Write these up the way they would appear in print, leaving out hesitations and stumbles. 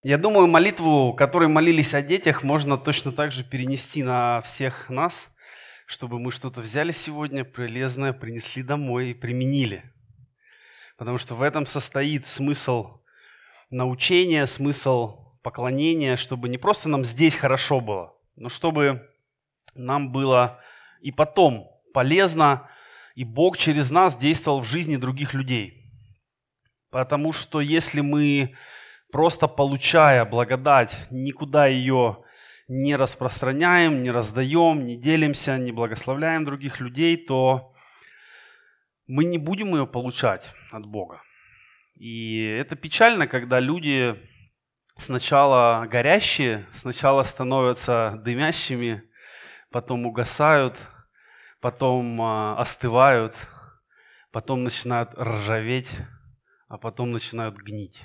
Я думаю, молитву, которой молились о детях, можно точно так же перенести на всех нас, чтобы мы что-то взяли сегодня полезное, принесли домой и применили. Потому что в этом состоит смысл научения, смысл поклонения, чтобы не просто нам здесь хорошо было, но чтобы нам было и потом полезно, и Бог через нас действовал в жизни других людей. Потому что если мы, просто получая благодать, никуда ее не распространяем, не раздаем, не делимся, не благословляем других людей, то мы не будем ее получать от Бога. И это печально, когда люди сначала горящие, сначала становятся дымящими, потом угасают, потом остывают, потом начинают ржаветь, а потом начинают гнить.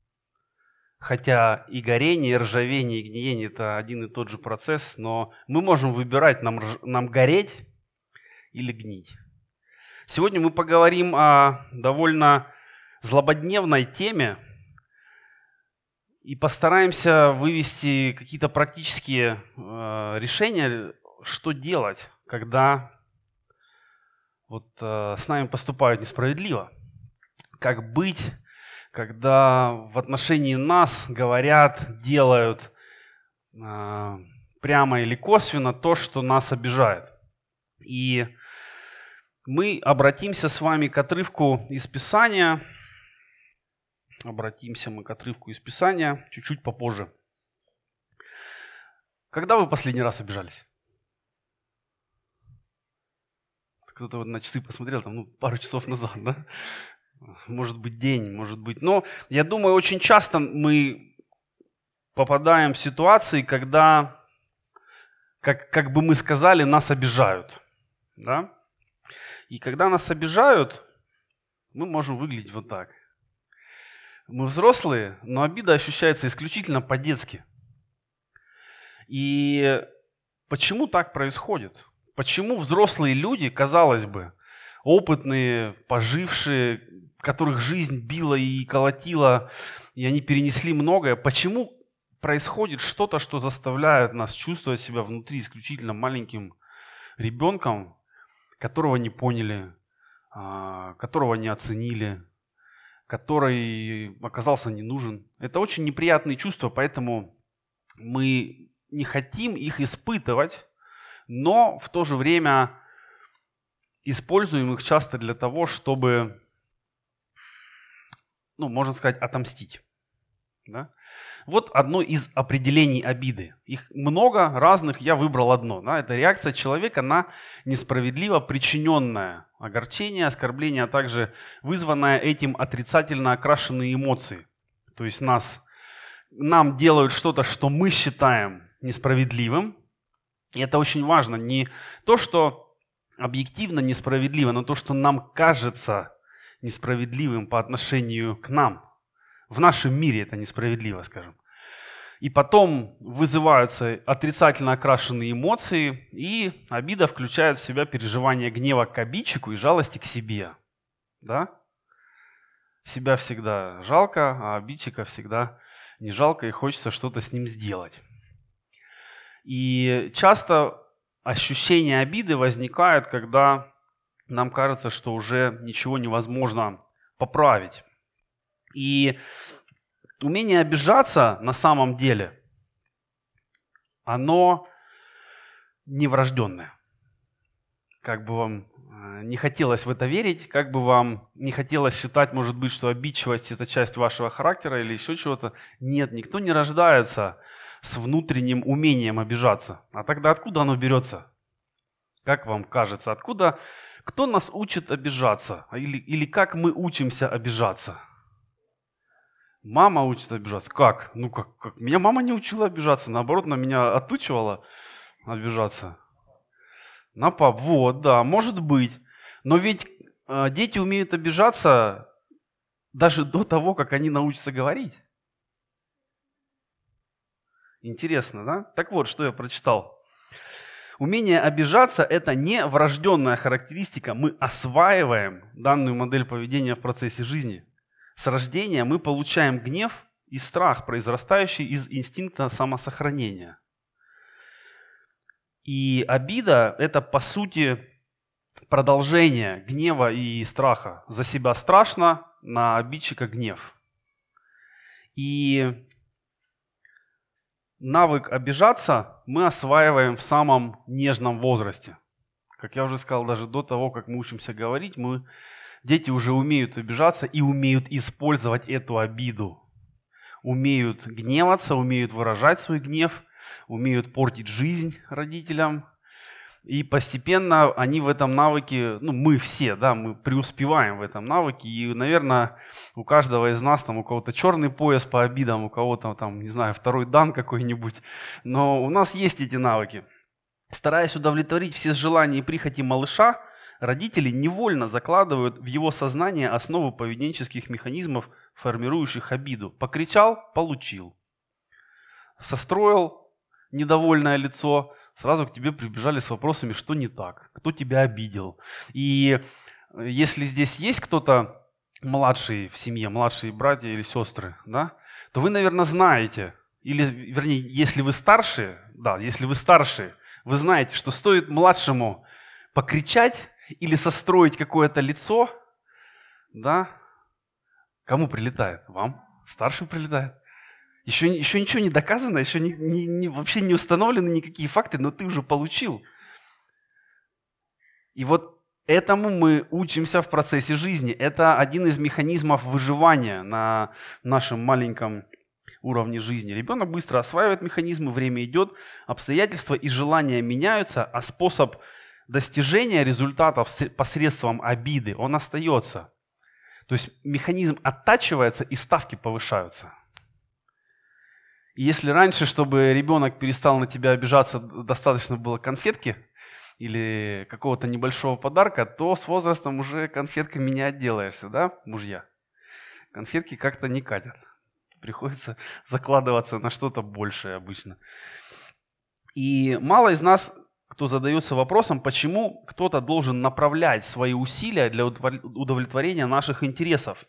Хотя и горение, и ржавение, и гниение – это один и тот же процесс, но мы можем выбирать, нам гореть или гнить. Сегодня мы поговорим о довольно злободневной теме и постараемся вывести какие-то практические решения, что делать, когда с нами поступают несправедливо. Как быть, когда в отношении нас говорят, делают прямо или косвенно то, что нас обижает. И мы обратимся с вами к отрывку из Писания. Обратимся мы к отрывку из Писания чуть-чуть попозже. Когда вы последний раз обижались? Кто-то на часы посмотрел, пару часов назад, да? Может быть, день, может быть. Но я думаю, очень часто мы попадаем в ситуации, когда, как бы мы сказали, нас обижают. Да? И когда нас обижают, мы можем выглядеть вот так. Мы взрослые, но обида ощущается исключительно по-детски. И почему так происходит? Почему взрослые люди, казалось бы, опытные, пожившие, которых жизнь била и колотила, и они перенесли многое, почему происходит что-то, что заставляет нас чувствовать себя внутри исключительно маленьким ребенком, которого не поняли, которого не оценили, который оказался не нужен. Это очень неприятные чувства, поэтому мы не хотим их испытывать, но в то же время используем их часто для того, чтобы, можно сказать, отомстить. Да? Вот одно из определений обиды. Их много разных, я выбрал одно. Да? Это реакция человека на несправедливо причиненное огорчение, оскорбление, а также вызванное этим отрицательно окрашенные эмоции. То есть нам делают что-то, что мы считаем несправедливым. И это очень важно. Не то, что объективно несправедливо, но то, что нам кажется несправедливым по отношению к нам. В нашем мире это несправедливо, скажем. И потом вызываются отрицательно окрашенные эмоции, и обида включает в себя переживание гнева к обидчику и жалости к себе. Да? Себя всегда жалко, а обидчика всегда не жалко, и хочется что-то с ним сделать. И часто ощущение обиды возникает, когда нам кажется, что уже ничего невозможно поправить. И умение обижаться на самом деле, оно не врожденное. Как бы вам не хотелось в это верить, как бы вам не хотелось считать, может быть, что обидчивость – это часть вашего характера или еще чего-то. Нет, никто не рождается с внутренним умением обижаться. А тогда откуда оно берется? Как вам кажется, откуда? Кто нас учит обижаться? Или как мы учимся обижаться? Мама учит обижаться. Как? Как? Меня мама не учила обижаться, наоборот, на меня отучивала обижаться. На пап. Вот, да, может быть. Но ведь дети умеют обижаться даже до того, как они научатся говорить. Интересно, да? Так вот, что я прочитал. Умение обижаться – это не врожденная характеристика. Мы осваиваем данную модель поведения в процессе жизни. С рождения мы получаем гнев и страх, произрастающий из инстинкта самосохранения. И обида – это, по сути, продолжение гнева и страха. За себя страшно, на обидчика гнев. И навык обижаться мы осваиваем в самом нежном возрасте. Как я уже сказал, даже до того, как мы учимся говорить, дети уже умеют обижаться и умеют использовать эту обиду. Умеют гневаться, умеют выражать свой гнев, умеют портить жизнь родителям. И постепенно они в этом навыке, мы все, мы преуспеваем в этом навыке. И, наверное, у каждого из нас, у кого-то черный пояс по обидам, у кого-то, второй дан какой-нибудь. Но у нас есть эти навыки. Стараясь удовлетворить все желания и прихоти малыша, родители невольно закладывают в его сознание основу поведенческих механизмов, формирующих обиду. Покричал – получил. Состроил недовольное лицо – сразу к тебе прибежали с вопросами, что не так, кто тебя обидел. И если здесь есть кто-то младший в семье, младшие братья или сестры, то вы, наверное, знаете, или, вернее, если вы старшие, вы знаете, что стоит младшему покричать или состроить какое-то лицо, кому прилетает? Вам? Старшим прилетает. Еще ничего не доказано, еще вообще не установлены никакие факты, но ты уже получил. И вот этому мы учимся в процессе жизни. Это один из механизмов выживания на нашем маленьком уровне жизни. Ребенок быстро осваивает механизмы, время идет, обстоятельства и желания меняются, а способ достижения результатов посредством обиды, он остается. То есть механизм оттачивается и ставки повышаются. И если раньше, чтобы ребенок перестал на тебя обижаться, достаточно было конфетки или какого-то небольшого подарка, то с возрастом уже конфетками не отделаешься, мужья? Конфетки как-то не катят. Приходится закладываться на что-то большее обычно. И мало из нас, кто задается вопросом, почему кто-то должен направлять свои усилия для удовлетворения наших интересов.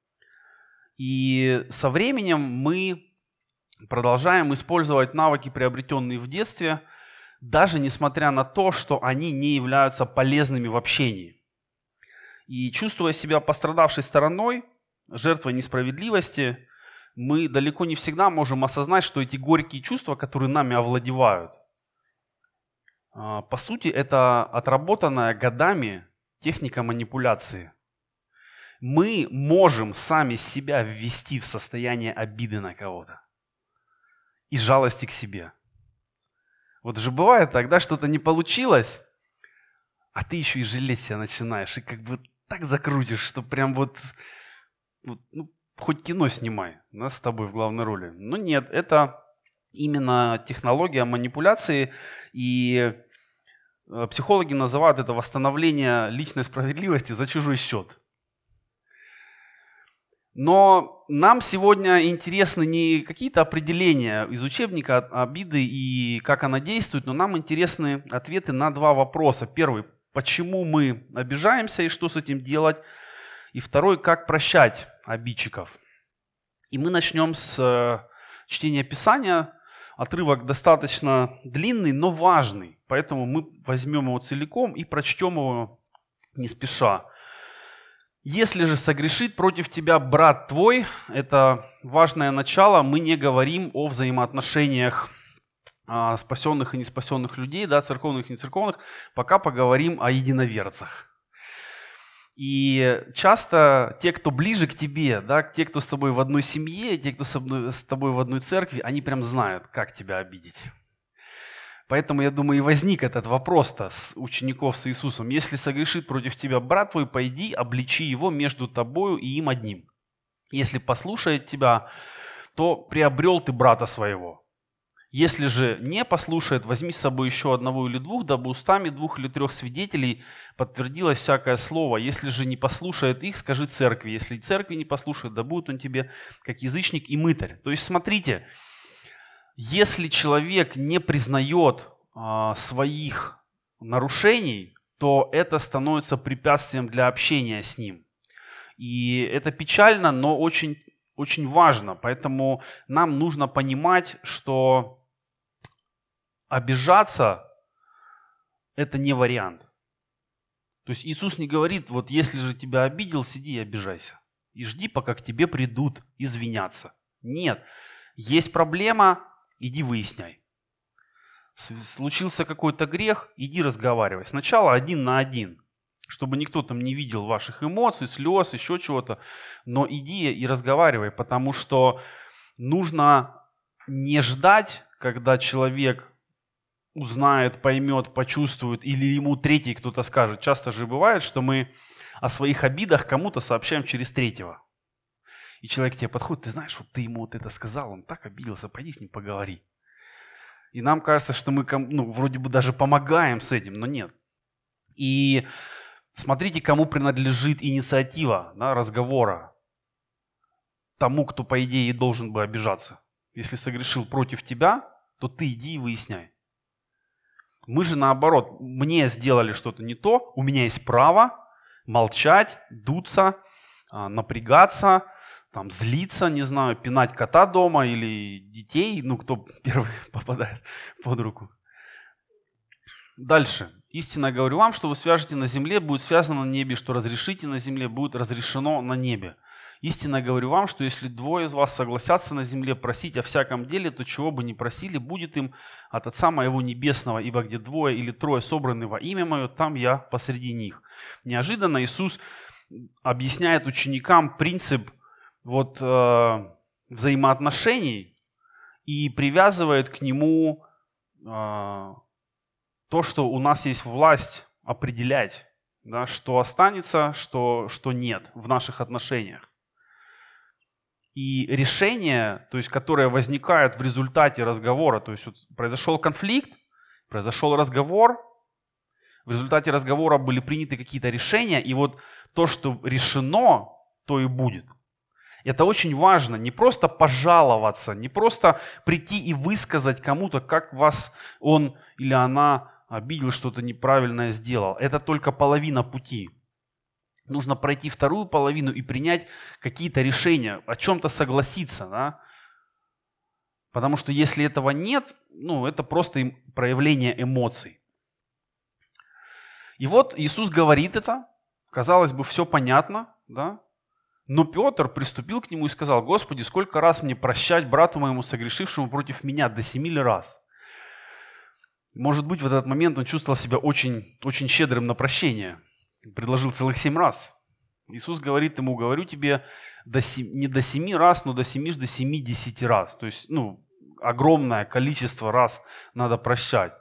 И со временем мы продолжаем использовать навыки, приобретенные в детстве, даже несмотря на то, что они не являются полезными в общении. И чувствуя себя пострадавшей стороной, жертвой несправедливости, мы далеко не всегда можем осознать, что эти горькие чувства, которые нами овладевают, по сути, это отработанная годами техника манипуляции. Мы можем сами себя ввести в состояние обиды на кого-то и жалости к себе. Вот же бывает тогда что-то не получилось, а ты еще и жалеть себя начинаешь, и как бы так закрутишь, что прям хоть кино снимай, нас с тобой в главной роли. Но нет, это именно технология манипуляции, и психологи называют это восстановление личной справедливости за чужой счет. Но нам сегодня интересны не какие-то определения из учебника обиды и как она действует, но нам интересны ответы на два вопроса. Первый, почему мы обижаемся и что с этим делать? И второй, как прощать обидчиков. И мы начнем с чтения Писания. Отрывок достаточно длинный, но важный, поэтому мы возьмем его целиком и прочтем его не спеша. «Если же согрешит против тебя брат твой», это важное начало, мы не говорим о взаимоотношениях спасенных и неспасенных людей, церковных и нецерковных, пока поговорим о единоверцах. И часто те, кто ближе к тебе, те, кто с тобой в одной семье, те, кто с тобой в одной церкви, они прям знают, как тебя обидеть. Поэтому, я думаю, и возник этот вопрос-то с учеников с Иисусом. «Если согрешит против тебя брат твой, пойди, обличи его между тобою и им одним. Если послушает тебя, то приобрел ты брата своего. Если же не послушает, возьми с собой еще одного или двух, дабы устами 2 или 3 свидетелей подтвердилось всякое слово. Если же не послушает их, скажи церкви. Если церкви не послушает, да будет он тебе как язычник и мытарь». То есть, смотрите, если человек не признает своих нарушений, то это становится препятствием для общения с ним. И это печально, но очень очень важно. Поэтому нам нужно понимать, что обижаться – это не вариант. То есть Иисус не говорит, вот если же тебя обидел, сиди и обижайся. И жди, пока к тебе придут извиняться. Нет. Есть проблема, иди выясняй. Случился какой-то грех, иди разговаривай. Сначала 1 на 1, чтобы никто там не видел ваших эмоций, слез, еще чего-то. Но иди и разговаривай, потому что нужно не ждать, когда человек узнает, поймет, почувствует, или ему третий кто-то скажет. Часто же бывает, что мы о своих обидах кому-то сообщаем через третьего. И человек к тебе подходит, ты знаешь, вот ты ему вот это сказал, он так обиделся, пойди с ним поговори. И нам кажется, что мы вроде бы даже помогаем с этим, но нет. И смотрите, кому принадлежит инициатива, да, разговора. Тому, кто, по идее, должен бы обижаться. Если согрешил против тебя, то ты иди и выясняй. Мы же наоборот, мне сделали что-то не то, у меня есть право молчать, дуться, напрягаться, там, злиться, не знаю, пинать кота дома или детей, кто первый попадает под руку. Дальше. Истинно говорю вам, что вы свяжете на земле, будет связано на небе, что разрешите на земле, будет разрешено на небе. Истинно говорю вам, что если 2 из вас согласятся на земле просить о всяком деле, то чего бы ни просили, будет им от Отца Моего Небесного, ибо где 2 или 3 собраны во имя Мое, там Я посреди них. Неожиданно Иисус объясняет ученикам принцип взаимоотношений и привязывает к нему то, что у нас есть власть определять, да, что останется, что нет в наших отношениях. И решение, то есть, которое возникает в результате разговора, то есть произошел конфликт, произошел разговор, в результате разговора были приняты какие-то решения, и вот то, что решено, то и будет. Это очень важно, не просто пожаловаться, не просто прийти и высказать кому-то, как вас он или она обидел, что-то неправильное сделал. Это только половина пути. Нужно пройти вторую половину и принять какие-то решения, о чем-то согласиться. Да? Потому что если этого нет, это просто проявление эмоций. И вот Иисус говорит это, казалось бы, все понятно, да? Но Петр приступил к нему и сказал: «Господи, сколько раз мне прощать брату моему, согрешившему против меня? До 7 ли раз?» Может быть, в этот момент он чувствовал себя очень, очень щедрым на прощение. Предложил целых 7 раз. Иисус говорит ему: «Говорю тебе, не до 7 раз, но до 70 раз». То есть, огромное количество раз надо прощать.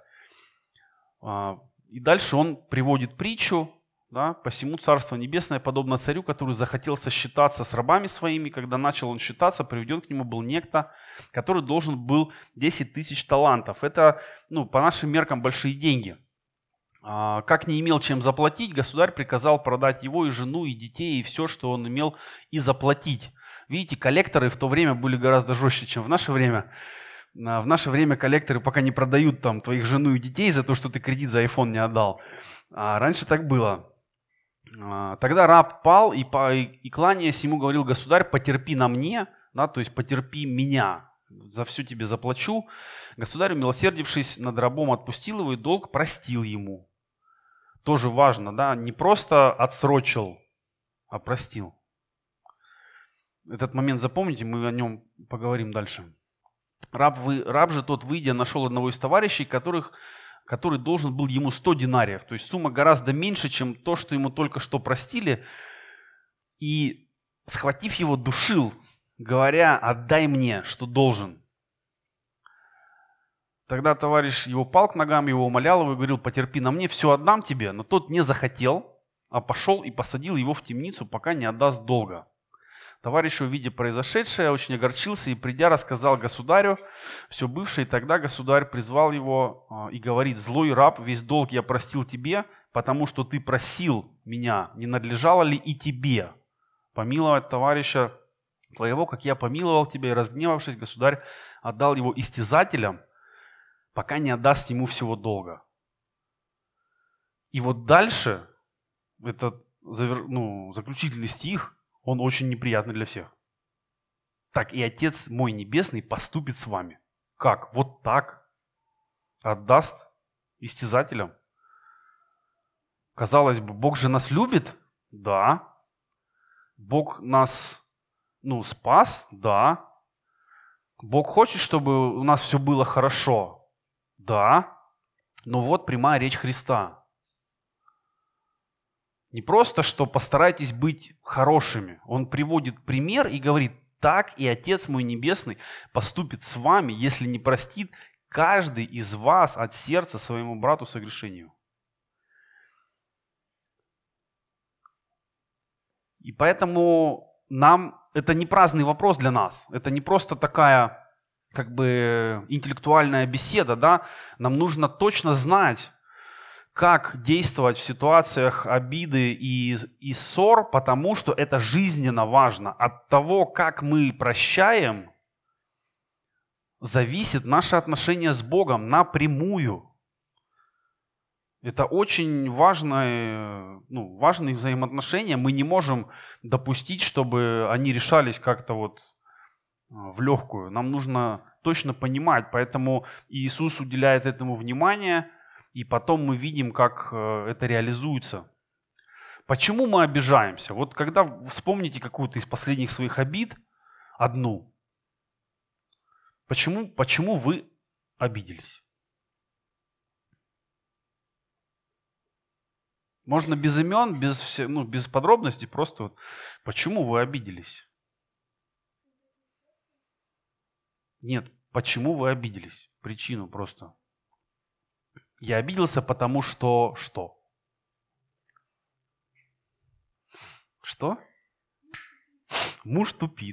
И дальше он приводит притчу. Да, посему Царство Небесное подобно царю, который захотел сосчитаться с рабами своими. Когда начал он считаться, приведен к нему был некто, который должен был 10 тысяч талантов. Это, по нашим меркам, большие деньги. Как не имел чем заплатить, государь приказал продать его и жену, и детей, и все, что он имел, и заплатить. Видите, коллекторы в то время были гораздо жестче, чем в наше время. В наше время коллекторы пока не продают там твоих жену и детей за то, что ты кредит за iPhone не отдал. А раньше так было. Тогда раб пал и кланяясь ему говорил: «Государь, потерпи на мне», да, то есть потерпи меня, за все тебе заплачу. Государь, умилосердившись над рабом, отпустил его и долг простил ему. Тоже важно, да, не просто отсрочил, а простил. Этот момент запомните, мы о нем поговорим дальше. Раб же тот, выйдя, нашел одного из товарищей, который должен был ему 100 динариев. То есть сумма гораздо меньше, чем то, что ему только что простили. И, схватив его, душил, говоря: «Отдай мне, что должен». Тогда товарищ его пал к ногам его, умолял его и говорил: «Потерпи на мне, все отдам тебе». Но тот не захотел, а пошел и посадил его в темницу, пока не отдаст долга. Товарищ, увидя произошедшее, очень огорчился и, придя, рассказал государю все бывшее. И тогда государь призвал его и говорит: «Злой раб, весь долг я простил тебе, потому что ты просил меня. Не надлежало ли и тебе помиловать товарища твоего, как я помиловал тебя?» И, разгневавшись, государь отдал его истязателям, пока не отдаст ему всего долга. И вот дальше, этот заключительный стих, он очень неприятный для всех. так и Отец мой Небесный поступит с вами. Как? Вот так? Отдаст истязателям? Казалось бы, Бог же нас любит? Да. Бог нас, спас? Да. Бог хочет, чтобы у нас все было хорошо? Да. Но вот прямая речь Христа. Не просто, что постарайтесь быть хорошими. Он приводит пример и говорит, так и Отец мой Небесный поступит с вами, если не простит каждый из вас от сердца своему брату согрешению. И поэтому нам это не праздный вопрос для нас. Это не просто такая интеллектуальная беседа, да? Нам нужно точно знать, как действовать в ситуациях обиды и ссор, потому что это жизненно важно. От того, как мы прощаем, зависит наше отношение с Богом напрямую. Это очень важные взаимоотношения. Мы не можем допустить, чтобы они решались как-то в легкую. Нам нужно точно понимать, поэтому Иисус уделяет этому внимание, и потом мы видим, как это реализуется. Почему мы обижаемся? Вот когда вспомните какую-то из последних своих обид, одну, почему вы обиделись? Можно без имен, без подробностей, просто почему вы обиделись? Нет, почему вы обиделись? Причину просто. Я обиделся, потому что что? Что? Муж тупит.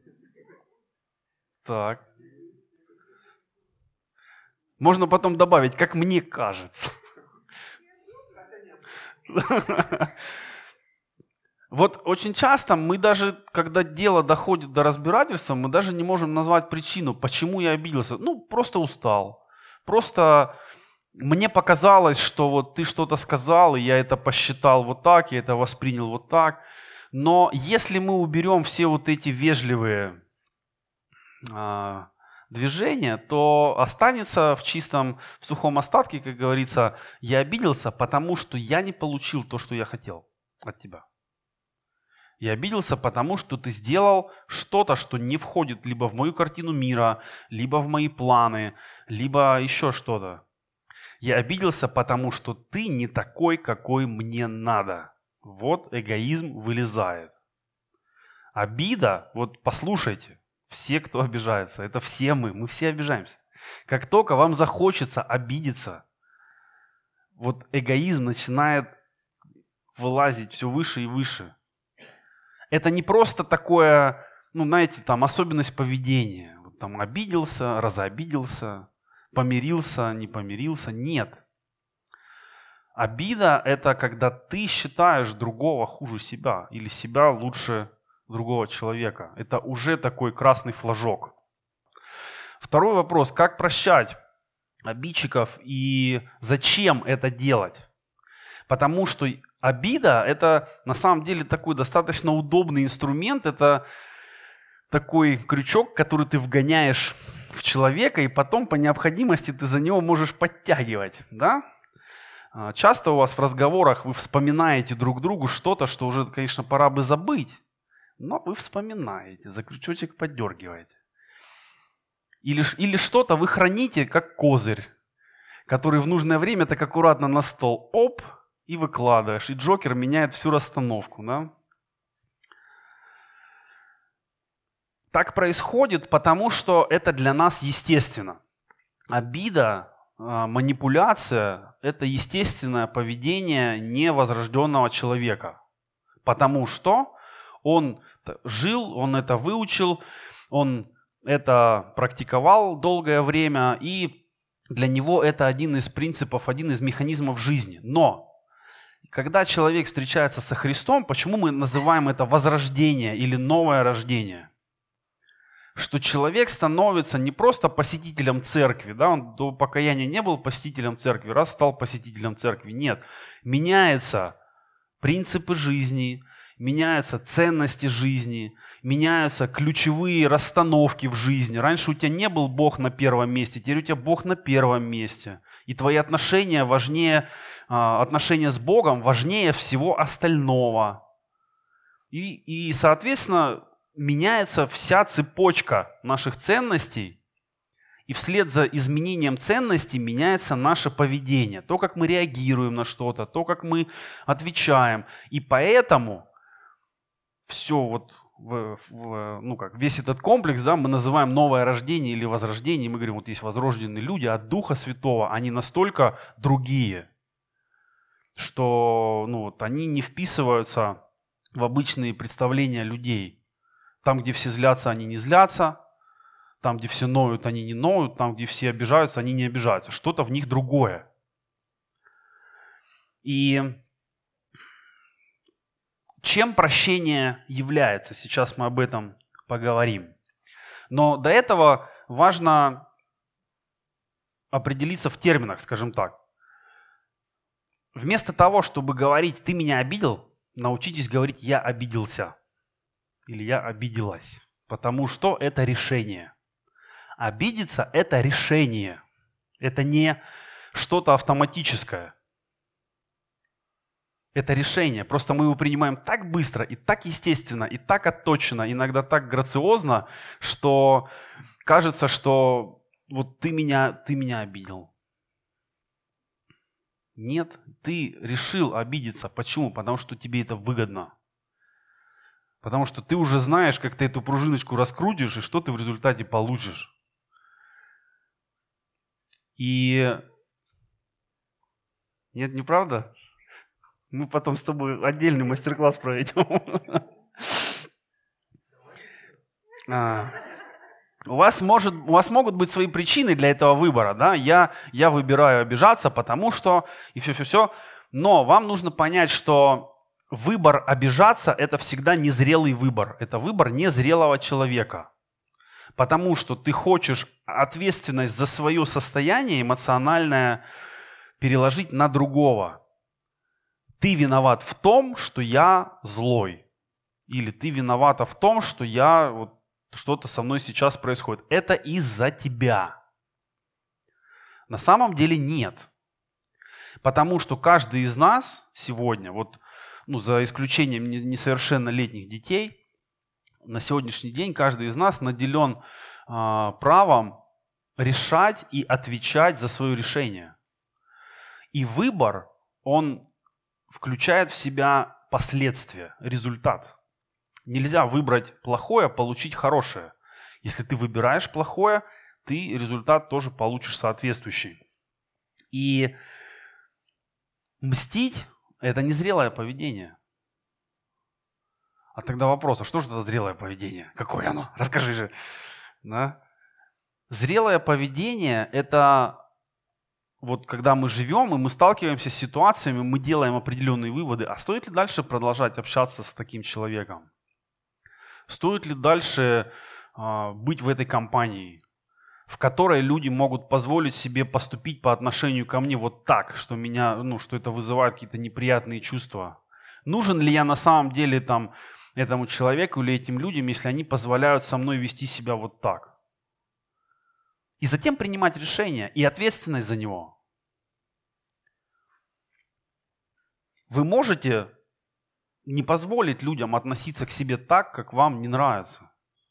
Так. Можно потом добавить, как мне кажется. Вот очень часто мы даже, когда дело доходит до разбирательства, мы даже не можем назвать причину, почему я обиделся. Просто устал. Просто мне показалось, что ты что-то сказал, и я это посчитал вот так, я это воспринял вот так. Но если мы уберем все эти вежливые движения, то останется в сухом остатке, как говорится, я обиделся, потому что я не получил то, что я хотел от тебя. Я обиделся, потому что ты сделал что-то, что не входит либо в мою картину мира, либо в мои планы, либо еще что-то. Я обиделся, потому что ты не такой, какой мне надо. Вот эгоизм вылезает. Обида, послушайте, все, кто обижается, это все мы все обижаемся. Как только вам захочется обидеться, эгоизм начинает вылазить все выше и выше. Это не просто такое, особенность поведения. Обиделся, разобиделся, помирился, не помирился. Нет. Обида – это когда ты считаешь другого хуже себя или себя лучше другого человека. Это уже такой красный флажок. Второй вопрос. Как прощать обидчиков и зачем это делать? Потому что обида – это на самом деле такой достаточно удобный инструмент. Это такой крючок, который ты вгоняешь в человека, и потом по необходимости ты за него можешь подтягивать. Да? Часто у вас в разговорах вы вспоминаете друг другу что-то, что уже, конечно, пора бы забыть. Но вы вспоминаете, за крючочек поддергиваете. Или что-то вы храните, как козырь, который в нужное время так аккуратно на стол, и выкладываешь. И Джокер меняет всю расстановку. Да? Так происходит, потому что это для нас естественно. Обида, манипуляция – это естественное поведение невозрожденного человека. Потому что он жил, он это выучил, он это практиковал долгое время, и для него это один из принципов, один из механизмов жизни. Но когда человек встречается со Христом, почему мы называем это возрождение или новое рождение? Что человек становится не просто посетителем церкви, да, он до покаяния не был посетителем церкви, раз стал посетителем церкви. Нет, меняются принципы жизни, меняются ценности жизни, меняются ключевые расстановки в жизни. Раньше у тебя не был Бог на первом месте, теперь у тебя Бог на первом месте. И твои отношения важнее, отношения с Богом важнее всего остального. И соответственно, меняется вся цепочка наших ценностей, и вслед за изменением ценностей меняется наше поведение, то, как мы реагируем на что-то, то, как мы отвечаем. И поэтому все весь этот комплекс, да, мы называем новое рождение или возрождение. Мы говорим, вот есть возрожденные люди от Духа Святого, они настолько другие, что они не вписываются в обычные представления людей. Там, где все злятся, они не злятся. Там, где все ноют, они не ноют. Там, где все обижаются, они не обижаются. Что-то в них другое. И чем прощение является? Сейчас мы об этом поговорим. Но до этого важно определиться в терминах, скажем так. Вместо того, чтобы говорить «ты меня обидел», научитесь говорить «я обиделся» или «я обиделась». Потому что это решение. Обидеться – это решение. Это не что-то автоматическое. Это решение. Просто мы его принимаем так быстро и так естественно, и так отточенно, иногда так грациозно, что кажется, что вот ты меня обидел. Нет, ты решил обидеться. Почему? Потому что тебе это выгодно. Потому что ты уже знаешь, как ты эту пружиночку раскрутишь и что ты в результате получишь. И нет, не правда? Мы потом с тобой отдельный мастер-класс проведем. У вас могут быть свои причины для этого выбора. Да? Я выбираю обижаться, потому что... И все. Но вам нужно понять, что выбор обижаться – это всегда незрелый выбор. Это выбор незрелого человека. Потому что ты хочешь ответственность за свое состояние эмоциональное переложить на другого. Ты виноват в том, что я злой. Или ты виновата в том, что что-то со мной сейчас происходит. Это из-за тебя. На самом деле нет. Потому что каждый из нас сегодня, за исключением несовершеннолетних детей, на сегодняшний день каждый из нас наделен правом решать и отвечать за свое решение. И выбор, он включает в себя последствия, результат. Нельзя выбрать плохое, получить хорошее. Если ты выбираешь плохое, ты результат тоже получишь соответствующий. И мстить – это незрелое поведение. А тогда вопрос, а что же это зрелое поведение? Какое оно? Расскажи же. Да? Зрелое поведение – это когда мы живем, и мы сталкиваемся с ситуациями, мы делаем определенные выводы. А стоит ли дальше продолжать общаться с таким человеком? Стоит ли дальше быть в этой компании, в которой люди могут позволить себе поступить по отношению ко мне вот так, что что это вызывает какие-то неприятные чувства? Нужен ли я на самом деле этому человеку или этим людям, если они позволяют со мной вести себя вот так? И затем принимать решение и ответственность за него. Вы можете не позволить людям относиться к себе так, как вам не нравится.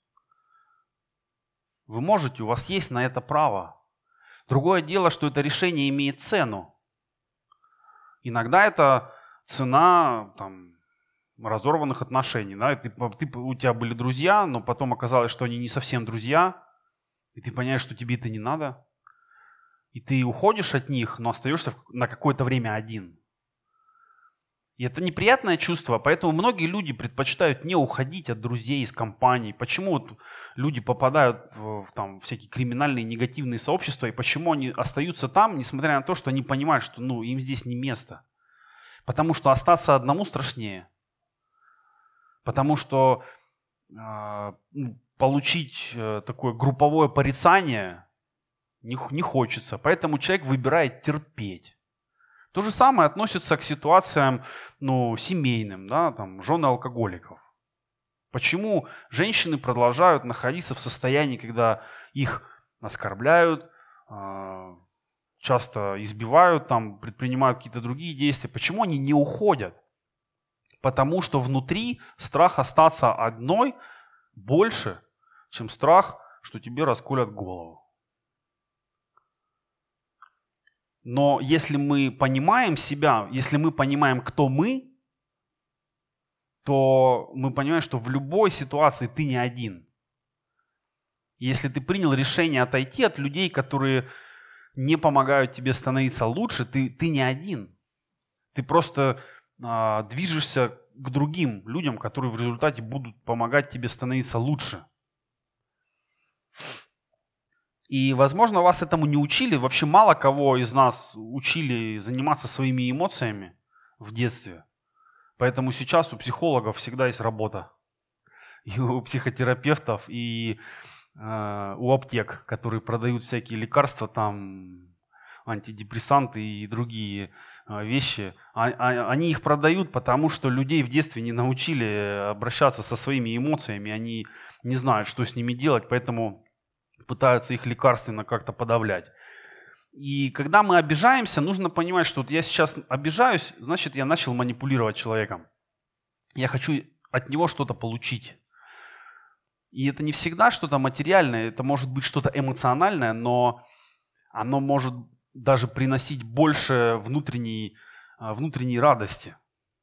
Вы можете, у вас есть на это право. Другое дело, что это решение имеет цену. Иногда это цена разорванных отношений. Да? У тебя были друзья, но потом оказалось, что они не совсем друзья. И ты понимаешь, что тебе это не надо. И ты уходишь от них, но остаешься на какое-то время один. И это неприятное чувство, поэтому многие люди предпочитают не уходить от друзей из компаний. Почему люди попадают в всякие криминальные, негативные сообщества, и почему они остаются там, несмотря на то, что они понимают, что им здесь не место. Потому что остаться одному страшнее. Потому что получить такое групповое порицание не хочется. Поэтому человек выбирает терпеть. То же самое относится к ситуациям семейным, да, жены алкоголиков. Почему женщины продолжают находиться в состоянии, когда их оскорбляют, часто избивают, там, предпринимают какие-то другие действия? Почему они не уходят? Потому что внутри страх остаться одной больше, чем страх, что тебе расколят голову. Но если мы понимаем себя, если мы понимаем, кто мы, то мы понимаем, что в любой ситуации ты не один. Если ты принял решение отойти от людей, которые не помогают тебе становиться лучше, ты не один. Ты просто движешься к другим людям, которые в результате будут помогать тебе становиться лучше. И, возможно, вас этому не учили. Вообще мало кого из нас учили заниматься своими эмоциями в детстве. Поэтому сейчас у психологов всегда есть работа. И у психотерапевтов, и у аптек, которые продают всякие лекарства, там антидепрессанты и другие вещи. Они их продают, потому что людей в детстве не научили обращаться со своими эмоциями. Они не знают, что с ними делать, поэтому пытаются их лекарственно как-то подавлять. И когда мы обижаемся, нужно понимать, что вот я сейчас обижаюсь, значит, я начал манипулировать человеком. Я хочу от него что-то получить. И это не всегда что-то материальное, это может быть что-то эмоциональное, но оно может даже приносить больше внутренней радости.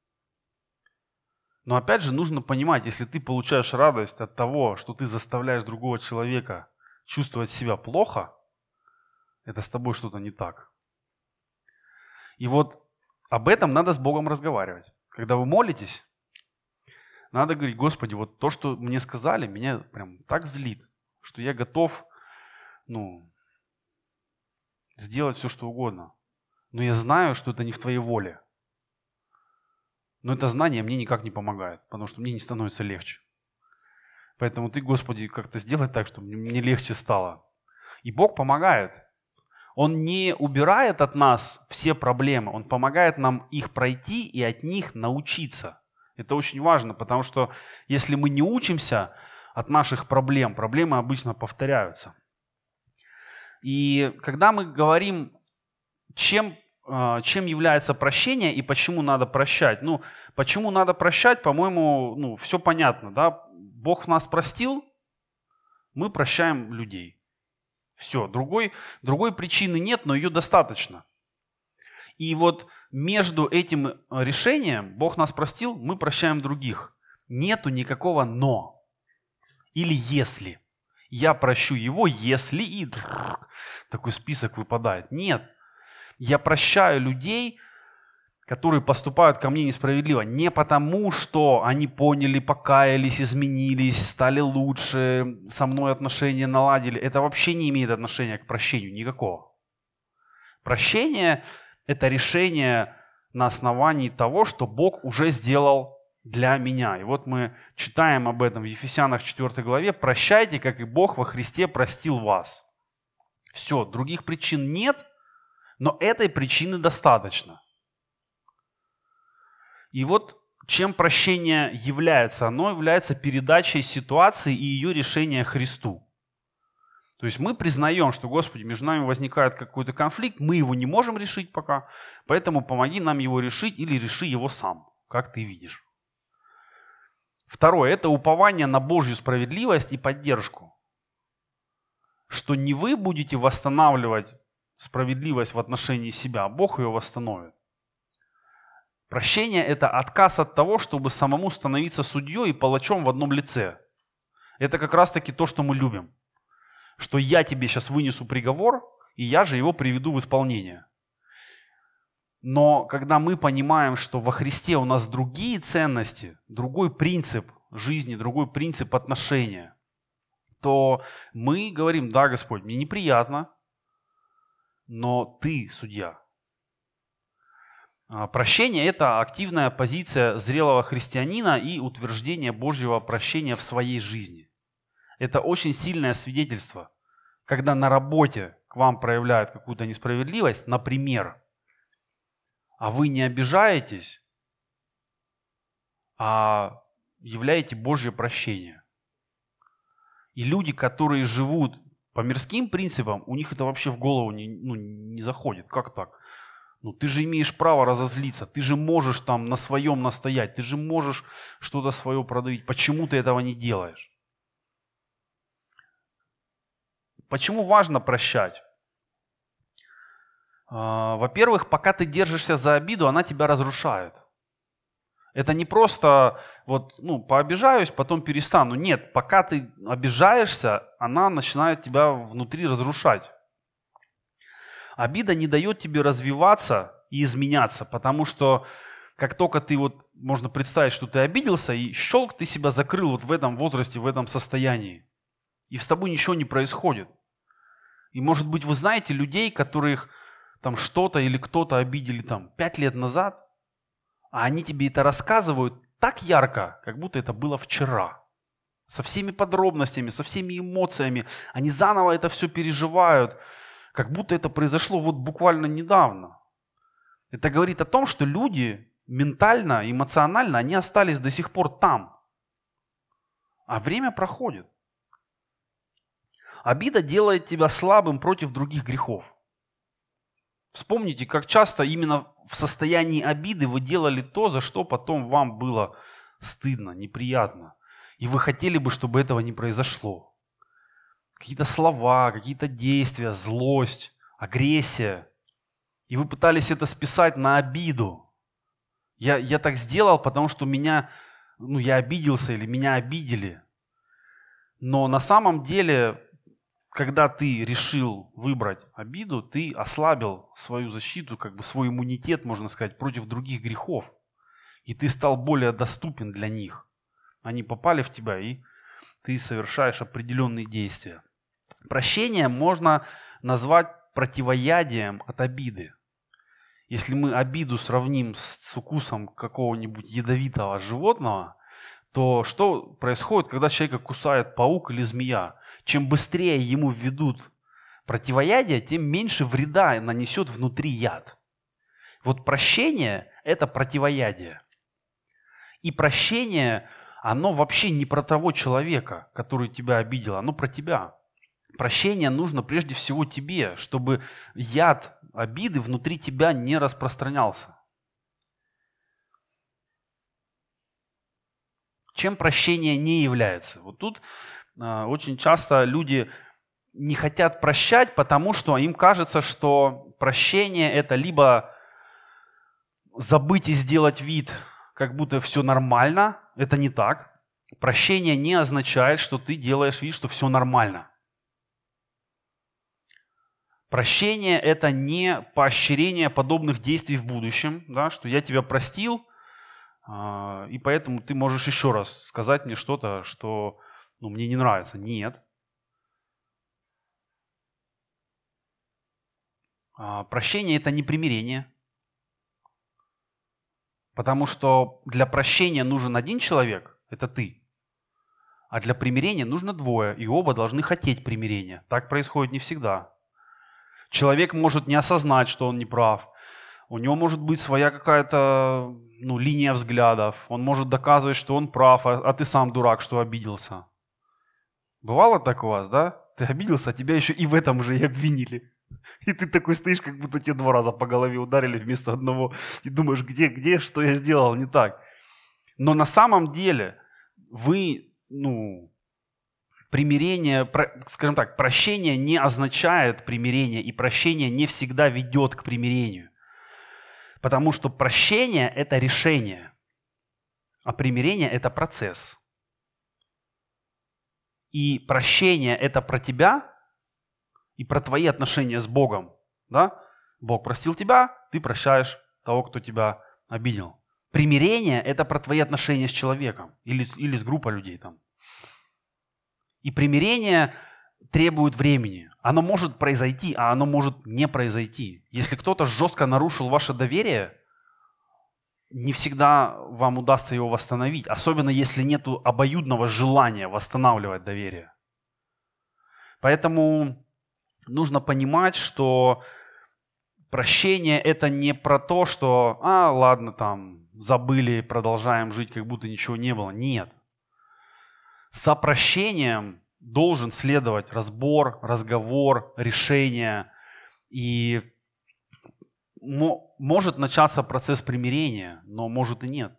Но опять же нужно понимать, если ты получаешь радость от того, что ты заставляешь другого человека чувствовать себя плохо, это с тобой что-то не так. И вот об этом надо с Богом разговаривать. Когда вы молитесь, надо говорить: Господи, вот то, что мне сказали, меня прям так злит, что я готов, сделать все, что угодно. Но я знаю, что это не в Твоей воле. Но это знание мне никак не помогает, потому что мне не становится легче. Поэтому Ты, Господи, как-то сделай так, чтобы мне легче стало. И Бог помогает. Он не убирает от нас все проблемы, Он помогает нам их пройти и от них научиться. Это очень важно, потому что если мы не учимся от наших проблем, проблемы обычно повторяются. И когда мы говорим, чем является прощение и почему надо прощать. Почему надо прощать, по-моему, все понятно. Да? Бог нас простил, мы прощаем людей. Все, другой причины нет, но ее достаточно. И вот между этим решением, Бог нас простил, мы прощаем других. Нету никакого «но» или «если». Я прощу его, если, и такой список выпадает. Нет. Я прощаю людей, которые поступают ко мне несправедливо. Не потому, что они поняли, покаялись, изменились, стали лучше, со мной отношения наладили. Это вообще не имеет отношения к прощению никакого. Прощение – это решение на основании того, что Бог уже сделал для меня. И вот мы читаем об этом в Ефесянах 4 главе. «Прощайте, как и Бог во Христе простил вас». Все, других причин нет, но этой причины достаточно. И вот чем прощение является? Оно является передачей ситуации и ее решения Христу. То есть мы признаем, что, Господи, между нами возникает какой-то конфликт, мы его не можем решить пока, поэтому помоги нам его решить или реши его сам, как ты видишь. Второе – это упование на Божью справедливость и поддержку. Что не вы будете восстанавливать справедливость в отношении себя, а Бог ее восстановит. Прощение – это отказ от того, чтобы самому становиться судьей и палачом в одном лице. Это как раз-таки то, что мы любим. Что я тебе сейчас вынесу приговор, и я же его приведу в исполнение. Но когда мы понимаем, что во Христе у нас другие ценности, другой принцип жизни, другой принцип отношения, то мы говорим: да, Господь, мне неприятно, но Ты судья. Прощение – это активная позиция зрелого христианина и утверждение Божьего прощения в своей жизни. Это очень сильное свидетельство, когда на работе к вам проявляют какую-то несправедливость, например, а вы не обижаетесь, а являете Божье прощение. И люди, которые живут по мирским принципам, у них это вообще в голову не заходит. Как так? Ты же имеешь право разозлиться, ты же можешь там на своем настоять, ты же можешь что-то свое продавить. Почему ты этого не делаешь? Почему важно прощать? Во-первых, пока ты держишься за обиду, она тебя разрушает. Это не просто пообижаюсь, потом перестану. Нет, пока ты обижаешься, она начинает тебя внутри разрушать. Обида не дает тебе развиваться и изменяться, потому что как только ты можно представить, что ты обиделся, и щелк, ты себя закрыл в этом возрасте, в этом состоянии. И с тобой ничего не происходит. И может быть вы знаете людей, которых там что-то или кто-то обидели 5 лет назад, а они тебе это рассказывают так ярко, как будто это было вчера. Со всеми подробностями, со всеми эмоциями. Они заново это все переживают, как будто это произошло буквально недавно. Это говорит о том, что люди ментально, эмоционально, они остались до сих пор там. А время проходит. Обида делает тебя слабым против других грехов. Вспомните, как часто именно в состоянии обиды вы делали то, за что потом вам было стыдно, неприятно. И вы хотели бы, чтобы этого не произошло. Какие-то слова, какие-то действия, злость, агрессия. И вы пытались это списать на обиду. Я так сделал, потому что я обиделся или меня обидели. Но на самом деле, когда ты решил выбрать обиду, ты ослабил свою защиту, свой иммунитет, можно сказать, против других грехов. И ты стал более доступен для них. Они попали в тебя, и ты совершаешь определенные действия. Прощение можно назвать противоядием от обиды. Если мы обиду сравним с укусом какого-нибудь ядовитого животного, то что происходит, когда человека кусает паук или змея? Чем быстрее ему введут противоядие, тем меньше вреда нанесет внутри яд. Прощение – это противоядие. И прощение, оно вообще не про того человека, который тебя обидел, оно про тебя. Прощение нужно прежде всего тебе, чтобы яд обиды внутри тебя не распространялся. Чем прощение не является? Тут очень часто люди не хотят прощать, потому что им кажется, что прощение – это либо забыть и сделать вид, как будто все нормально. Это не так. Прощение не означает, что ты делаешь вид, что все нормально. Прощение – это не поощрение подобных действий в будущем, что я тебя простил, и поэтому ты можешь еще раз сказать мне что-то, что мне не нравится. Нет. Прощение – это не примирение. Потому что для прощения нужен один человек – это ты. А для примирения нужно двое, и оба должны хотеть примирения. Так происходит не всегда. Человек может не осознать, что он не прав. У него может быть своя какая-то линия взглядов. Он может доказывать, что он прав, а ты сам дурак, что обиделся. Бывало так у вас, да? Ты обиделся, а тебя еще и в этом же и обвинили. И ты такой стоишь, как будто тебе 2 раза по голове ударили вместо одного. И думаешь, где, что я сделал не так. Но на самом деле вы, примирение, скажем так, прощение не означает примирение, и прощение не всегда ведет к примирению. Потому что прощение – это решение, а примирение – это процесс. И прощение – это про тебя и про твои отношения с Богом. Да? Бог простил тебя, ты прощаешь того, кто тебя обидел. Примирение – это про твои отношения с человеком или с группой людей там. И примирение требует времени. Оно может произойти, а оно может не произойти. Если кто-то жестко нарушил ваше доверие, не всегда вам удастся его восстановить. Особенно если нет обоюдного желания восстанавливать доверие. Поэтому нужно понимать, что Прощение – это не про то, что ладно, там, забыли, продолжаем жить, как будто ничего не было. Нет. За прощением должен следовать разбор, разговор, решение. И может начаться процесс примирения, но может и нет.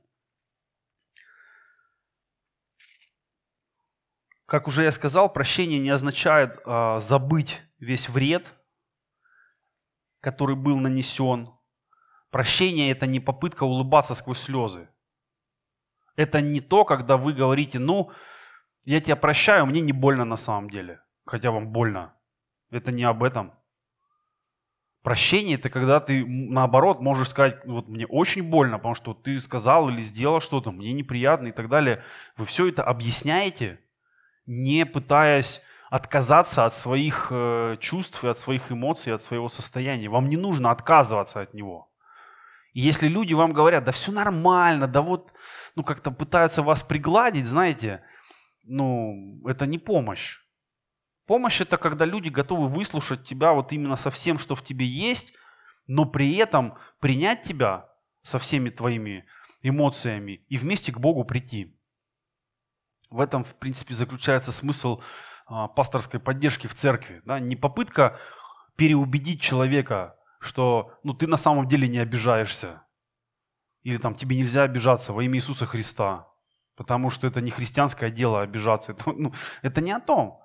Как уже я сказал, прощение не означает забыть весь вред, который был нанесен. Прощение – это не попытка улыбаться сквозь слезы. Это не то, когда вы говорите, я тебя прощаю, мне не больно на самом деле, хотя вам больно. Это не об этом. Прощение – это когда ты, наоборот, можешь сказать, вот мне очень больно, потому что ты сказал или сделал что-то, мне неприятно и так далее. Вы все это объясняете, не пытаясь отказаться от своих чувств и от своих эмоций, от своего состояния. Вам не нужно отказываться от него. И если люди вам говорят, да все нормально, да вот, как-то пытаются вас пригладить, знаете, это не помощь. Помощь – это когда люди готовы выслушать тебя вот именно со всем, что в тебе есть, но при этом принять тебя со всеми твоими эмоциями и вместе к Богу прийти. В этом, в принципе, заключается смысл пасторской поддержки в церкви. Да? Не попытка переубедить человека, что ты на самом деле не обижаешься. Или тебе нельзя обижаться во имя Иисуса Христа. Потому что это не христианское дело обижаться. Это не о том.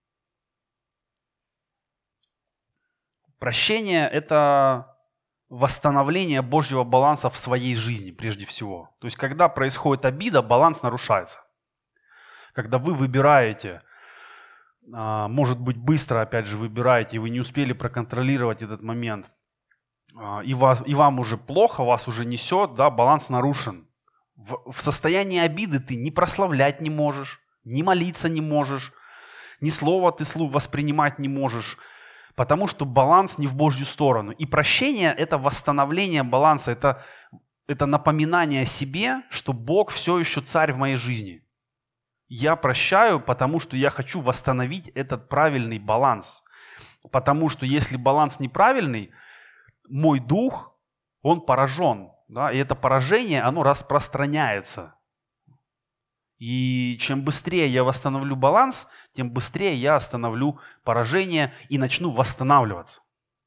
Прощение – это восстановление Божьего баланса в своей жизни прежде всего. То есть, когда происходит обида, баланс нарушается. Когда вы выбираете, может быть, быстро, опять же, выбираете, и вы не успели проконтролировать этот момент, и вам уже плохо, вас уже несет, да, баланс нарушен. В состоянии обиды ты ни прославлять не можешь, ни молиться не можешь, ни слова ты воспринимать не можешь, потому что баланс не в Божью сторону. И прощение – это восстановление баланса, это напоминание себе, что Бог все еще царь в моей жизни. Я прощаю, потому что я хочу восстановить этот правильный баланс. Потому что если баланс неправильный, мой дух, он поражен. Да? И это поражение, оно распространяется. И чем быстрее я восстановлю баланс, тем быстрее я остановлю поражение и начну восстанавливаться.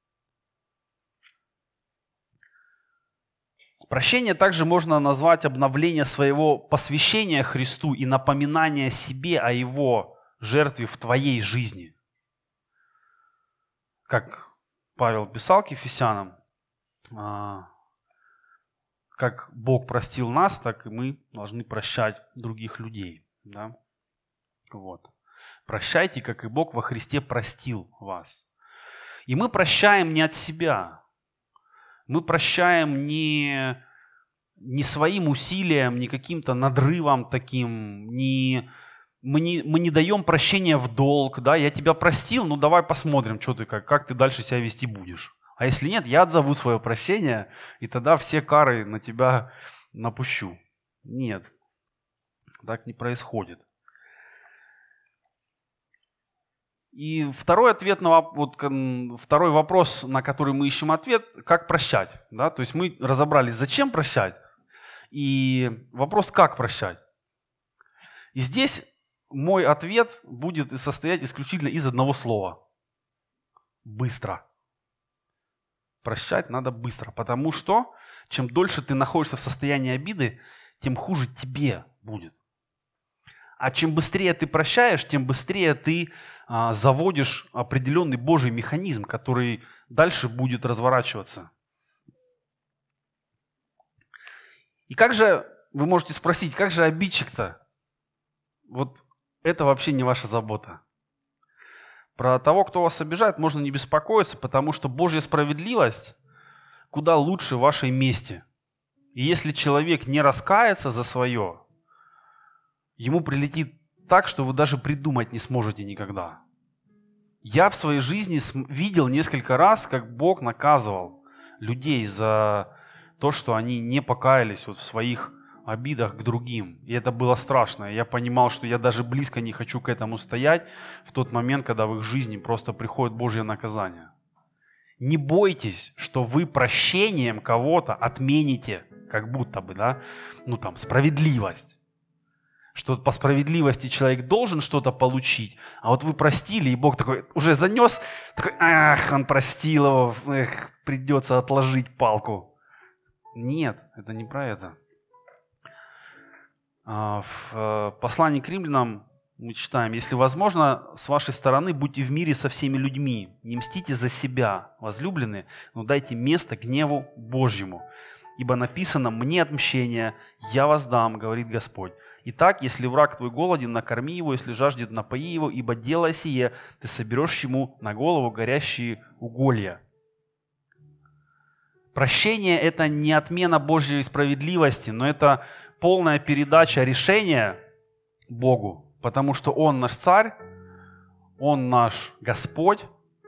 Прощение также можно назвать обновление своего посвящения Христу и напоминание себе о Его жертве в твоей жизни. Как Павел писал к Ефесянам, как Бог простил нас, так и мы должны прощать других людей. Да? Вот. Прощайте, как и Бог во Христе простил вас. И мы прощаем не от себя. Мы прощаем не своим усилием, не каким-то надрывом таким, мы не даем прощения в долг. Да? Я тебя простил, давай посмотрим, что ты, как ты дальше себя вести будешь. А если нет, я отзову свое прощение, и тогда все кары на тебя напущу. Нет, так не происходит. И второй вопрос, на который мы ищем ответ, как прощать. Да? То есть мы разобрались, зачем прощать, и вопрос, как прощать. И здесь мой ответ будет состоять исключительно из одного слова. Быстро. Прощать надо быстро, потому что чем дольше ты находишься в состоянии обиды, тем хуже тебе будет. А чем быстрее ты прощаешь, тем быстрее ты заводишь определенный Божий механизм, который дальше будет разворачиваться. И как же, вы можете спросить, как же обидчик-то? Вот это вообще не ваша забота. Про того, кто вас обижает, можно не беспокоиться, потому что Божья справедливость куда лучше вашей мести. И если человек не раскается за свое, ему прилетит так, что вы даже придумать не сможете никогда. Я в своей жизни видел несколько раз, как Бог наказывал людей за то, что они не покаялись в своих обидах к другим. И это было страшно. Я понимал, что я даже близко не хочу к этому стоять в тот момент, когда в их жизни просто приходит Божье наказание. Не бойтесь, что вы прощением кого-то отмените, как будто бы, да, справедливость. Что по справедливости человек должен что-то получить, а вот вы простили, и Бог такой уже занес, такой, он простил его, придется отложить палку. Нет, это не про это. В послании к римлянам мы читаем: «Если возможно, с вашей стороны будьте в мире со всеми людьми, не мстите за себя, возлюбленные, но дайте место гневу Божьему. Ибо написано: мне отмщение, я воздам, говорит Господь. Итак, если враг твой голоден, накорми его, если жаждет, напои его, ибо делая сие, ты соберешь ему на голову горящие уголья». Прощение – это не отмена Божьей справедливости, но это полная передача решения Богу, потому что Он наш Царь, Он наш Господь,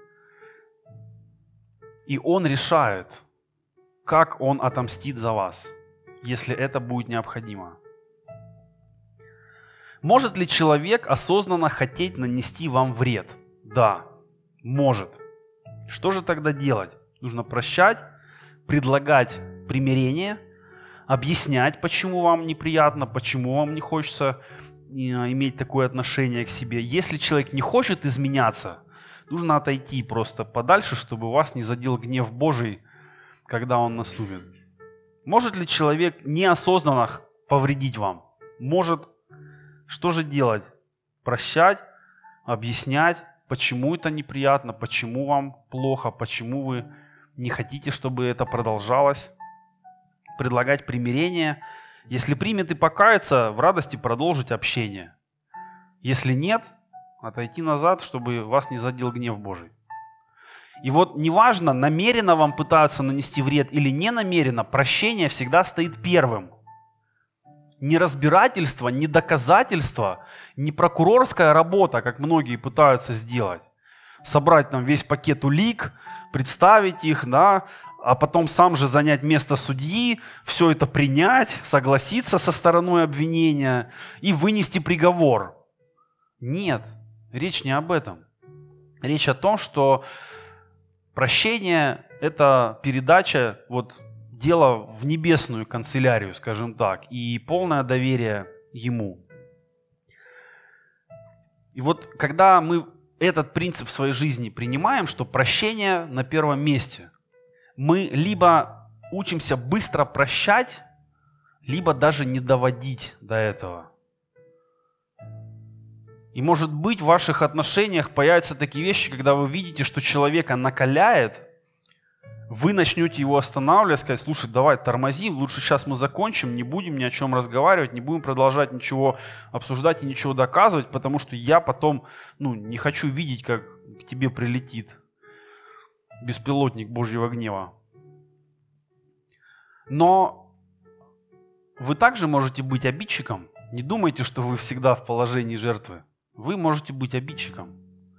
и Он решает, как Он отомстит за вас, если это будет необходимо. Может ли человек осознанно хотеть нанести вам вред? Да, может. Что же тогда делать? Нужно прощать, предлагать примирение, объяснять, почему вам неприятно, почему вам не хочется иметь такое отношение к себе. Если человек не хочет изменяться, нужно отойти просто подальше, чтобы вас не задел гнев Божий, когда он наступит. Может ли человек неосознанно повредить вам? Может. Что же делать? Прощать, объяснять, почему это неприятно, почему вам плохо, почему вы не хотите, чтобы это продолжалось. Предлагать примирение. Если примет и покаяться, в радости продолжить общение. Если нет, отойти назад, чтобы вас не задел гнев Божий. И вот неважно, намеренно вам пытаются нанести вред или не намеренно, прощение всегда стоит первым. Не разбирательство, не доказательство, не прокурорская работа, как многие пытаются сделать. Собрать там весь пакет улик, представить их, да, а потом сам же занять место судьи, все это принять, согласиться со стороной обвинения и вынести приговор. Нет, речь не об этом. Речь о том, что прощение – это передача дело в небесную канцелярию, скажем так, и полное доверие Ему. И вот когда мы этот принцип в своей жизни принимаем, что прощение на первом месте, мы либо учимся быстро прощать, либо даже не доводить до этого. И может быть в ваших отношениях появятся такие вещи, когда вы видите, что человека накаляет, вы начнете его останавливать, сказать: слушай, давай тормози, лучше сейчас мы закончим, не будем ни о чем разговаривать, не будем продолжать ничего обсуждать и ничего доказывать, потому что я потом не хочу видеть, как к тебе прилетит беспилотник Божьего гнева. Но вы также можете быть обидчиком. Не думайте, что вы всегда в положении жертвы. Вы можете быть обидчиком.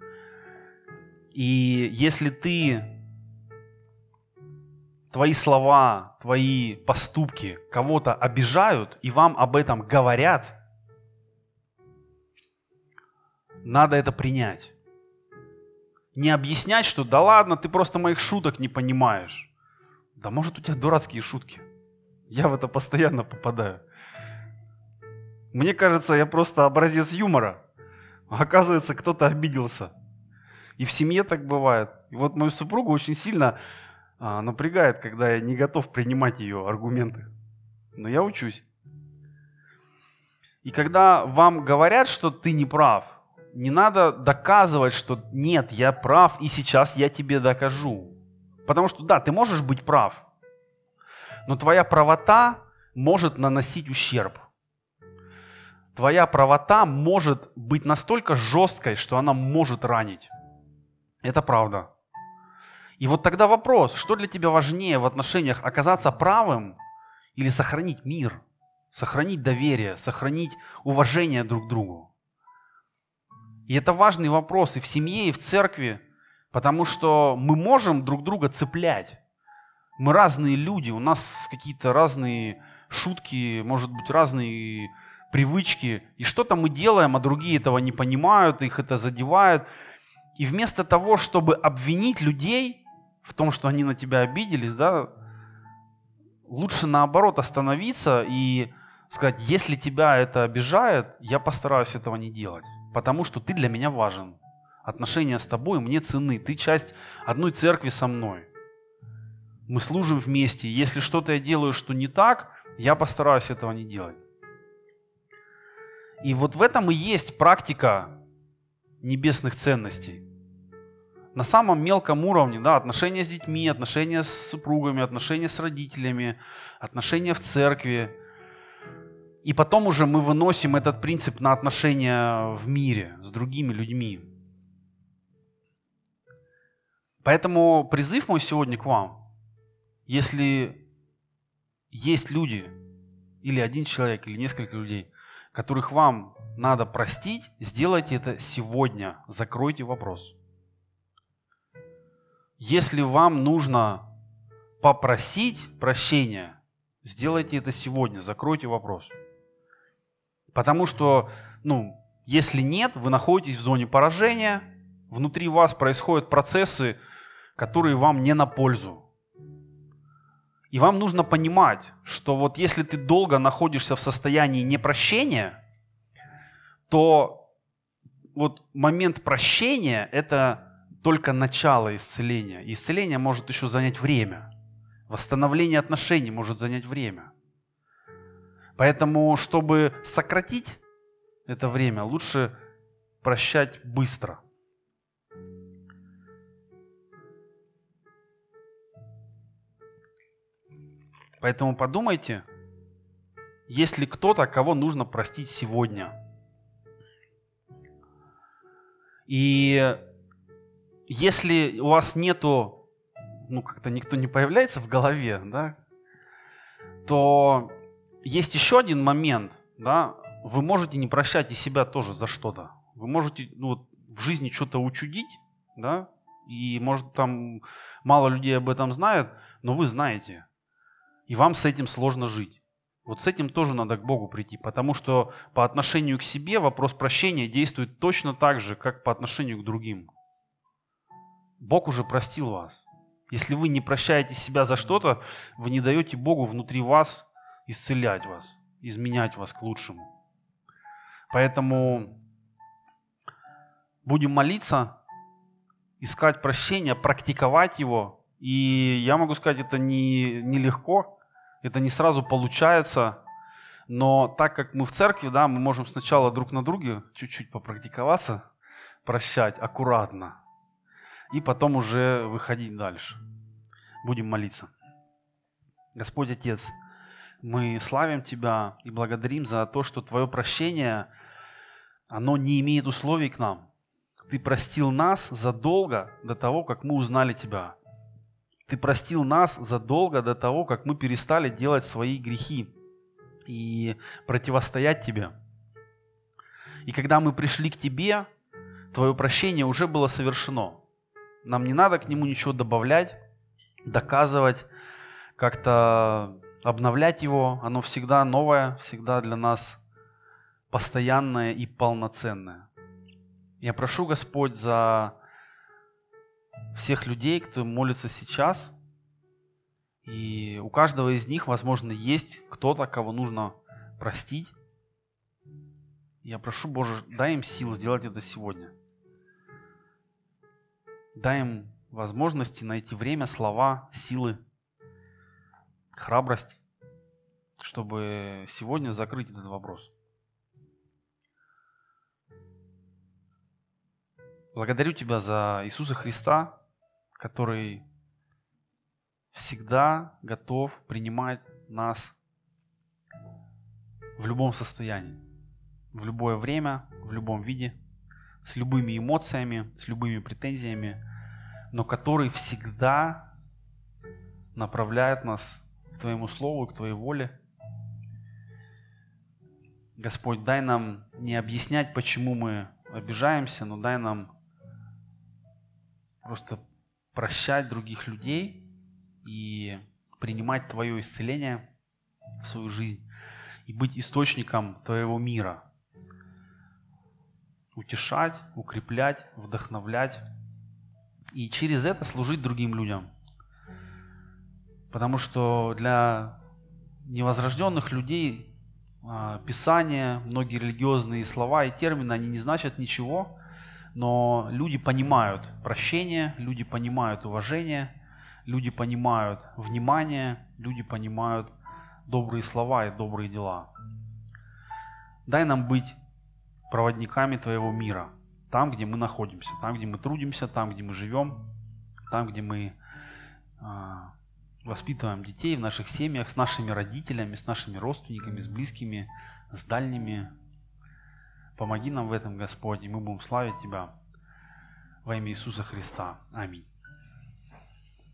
И если твои слова, твои поступки кого-то обижают, и вам об этом говорят, надо это принять. Не объяснять, что да ладно, ты просто моих шуток не понимаешь. Да может, у тебя дурацкие шутки. Я в это постоянно попадаю. Мне кажется, я просто образец юмора. А оказывается, кто-то обиделся. И в семье так бывает. И вот мою супругу очень сильно напрягает, когда я не готов принимать ее аргументы. Но я учусь. И когда вам говорят, что ты не прав, не надо доказывать, что нет, я прав, и сейчас я тебе докажу. Потому что да, ты можешь быть прав, но твоя правота может наносить ущерб. Твоя правота может быть настолько жесткой, что она может ранить. Это правда. И вот тогда вопрос, что для тебя важнее в отношениях: оказаться правым или сохранить мир, сохранить доверие, сохранить уважение друг к другу? И это важный вопрос и в семье, и в церкви, потому что мы можем друг друга цеплять. Мы разные люди, у нас какие-то разные шутки, может быть, разные привычки. И что-то мы делаем, а другие этого не понимают, их это задевает. И вместо того, чтобы обвинить людей, в том, что они на тебя обиделись, да, лучше наоборот остановиться и сказать, если тебя это обижает, я постараюсь этого не делать, потому что ты для меня важен. Отношения с тобой мне ценны. Ты часть одной церкви со мной. Мы служим вместе. Если что-то я делаю, что не так, я постараюсь этого не делать. И вот в этом и есть практика небесных ценностей. На самом мелком уровне, да, отношения с детьми, отношения с супругами, отношения с родителями, отношения в церкви. И потом уже мы выносим этот принцип на отношения в мире с другими людьми. Поэтому призыв мой сегодня к вам. Если есть люди, или один человек, или несколько людей, которых вам надо простить, сделайте это сегодня. Закройте вопрос. Если вам нужно попросить прощения, сделайте это сегодня. Закройте вопрос. Потому что, если нет, вы находитесь в зоне поражения, внутри вас происходят процессы, которые вам не на пользу. И вам нужно понимать, что вот если ты долго находишься в состоянии непрощения, то вот момент прощения – это только начало исцеления. И исцеление может еще занять время. Восстановление отношений может занять время. Поэтому, чтобы сократить это время, лучше прощать быстро. Поэтому подумайте, есть ли кто-то, кого нужно простить сегодня. И если у вас нету, как-то никто не появляется в голове, да, то есть еще один момент, да, вы можете не прощать и себя тоже за что-то. Вы можете в жизни что-то учудить, да, и может там мало людей об этом знают, но вы знаете. И вам с этим сложно жить. Вот с этим тоже надо к Богу прийти, потому что по отношению к себе вопрос прощения действует точно так же, как по отношению к другим. Бог уже простил вас. Если вы не прощаете себя за что-то, вы не даете Богу внутри вас исцелять вас, изменять вас к лучшему. Поэтому будем молиться, искать прощения, практиковать его. И я могу сказать, это не легко, это не сразу получается, но так как мы в церкви, да, мы можем сначала друг на друге чуть-чуть попрактиковаться, прощать аккуратно, и потом уже выходить дальше. Будем молиться. Господь Отец, мы славим Тебя и благодарим за то, что Твое прощение, оно не имеет условий к нам. Ты простил нас задолго до того, как мы узнали Тебя. Ты простил нас задолго до того, как мы перестали делать свои грехи и противостоять Тебе. И когда мы пришли к Тебе, Твое прощение уже было совершено. Нам не надо к нему ничего добавлять, доказывать, как-то обновлять его. Оно всегда новое, всегда для нас постоянное и полноценное. Я прошу, Господь, за всех людей, кто молится сейчас, и у каждого из них, возможно, есть кто-то, кого нужно простить. Я прошу, Боже, дай им сил сделать это сегодня. Дай им возможности найти время, слова, силы, храбрость, чтобы сегодня закрыть этот вопрос. Благодарю Тебя за Иисуса Христа, который всегда готов принимать нас в любом состоянии, в любое время, в любом виде, с любыми эмоциями, с любыми претензиями, но который всегда направляет нас к Твоему Слову, к Твоей воле. Господь, дай нам не объяснять, почему мы обижаемся, но дай нам просто прощать других людей и принимать Твое исцеление в свою жизнь и быть источником Твоего мира. Утешать, укреплять, вдохновлять и через это служить другим людям. Потому что для невозрожденных людей Писание, многие религиозные слова и термины, они не значат ничего, но люди понимают прощение, люди понимают уважение, люди понимают внимание, люди понимают добрые слова и добрые дела. Дай нам быть проводниками Твоего мира, там, где мы находимся, там, где мы трудимся, там, где мы живем, там, где мы воспитываем детей в наших семьях, с нашими родителями, с нашими родственниками, с близкими, с дальними. Помоги нам в этом, Господь, и мы будем славить Тебя во имя Иисуса Христа. Аминь.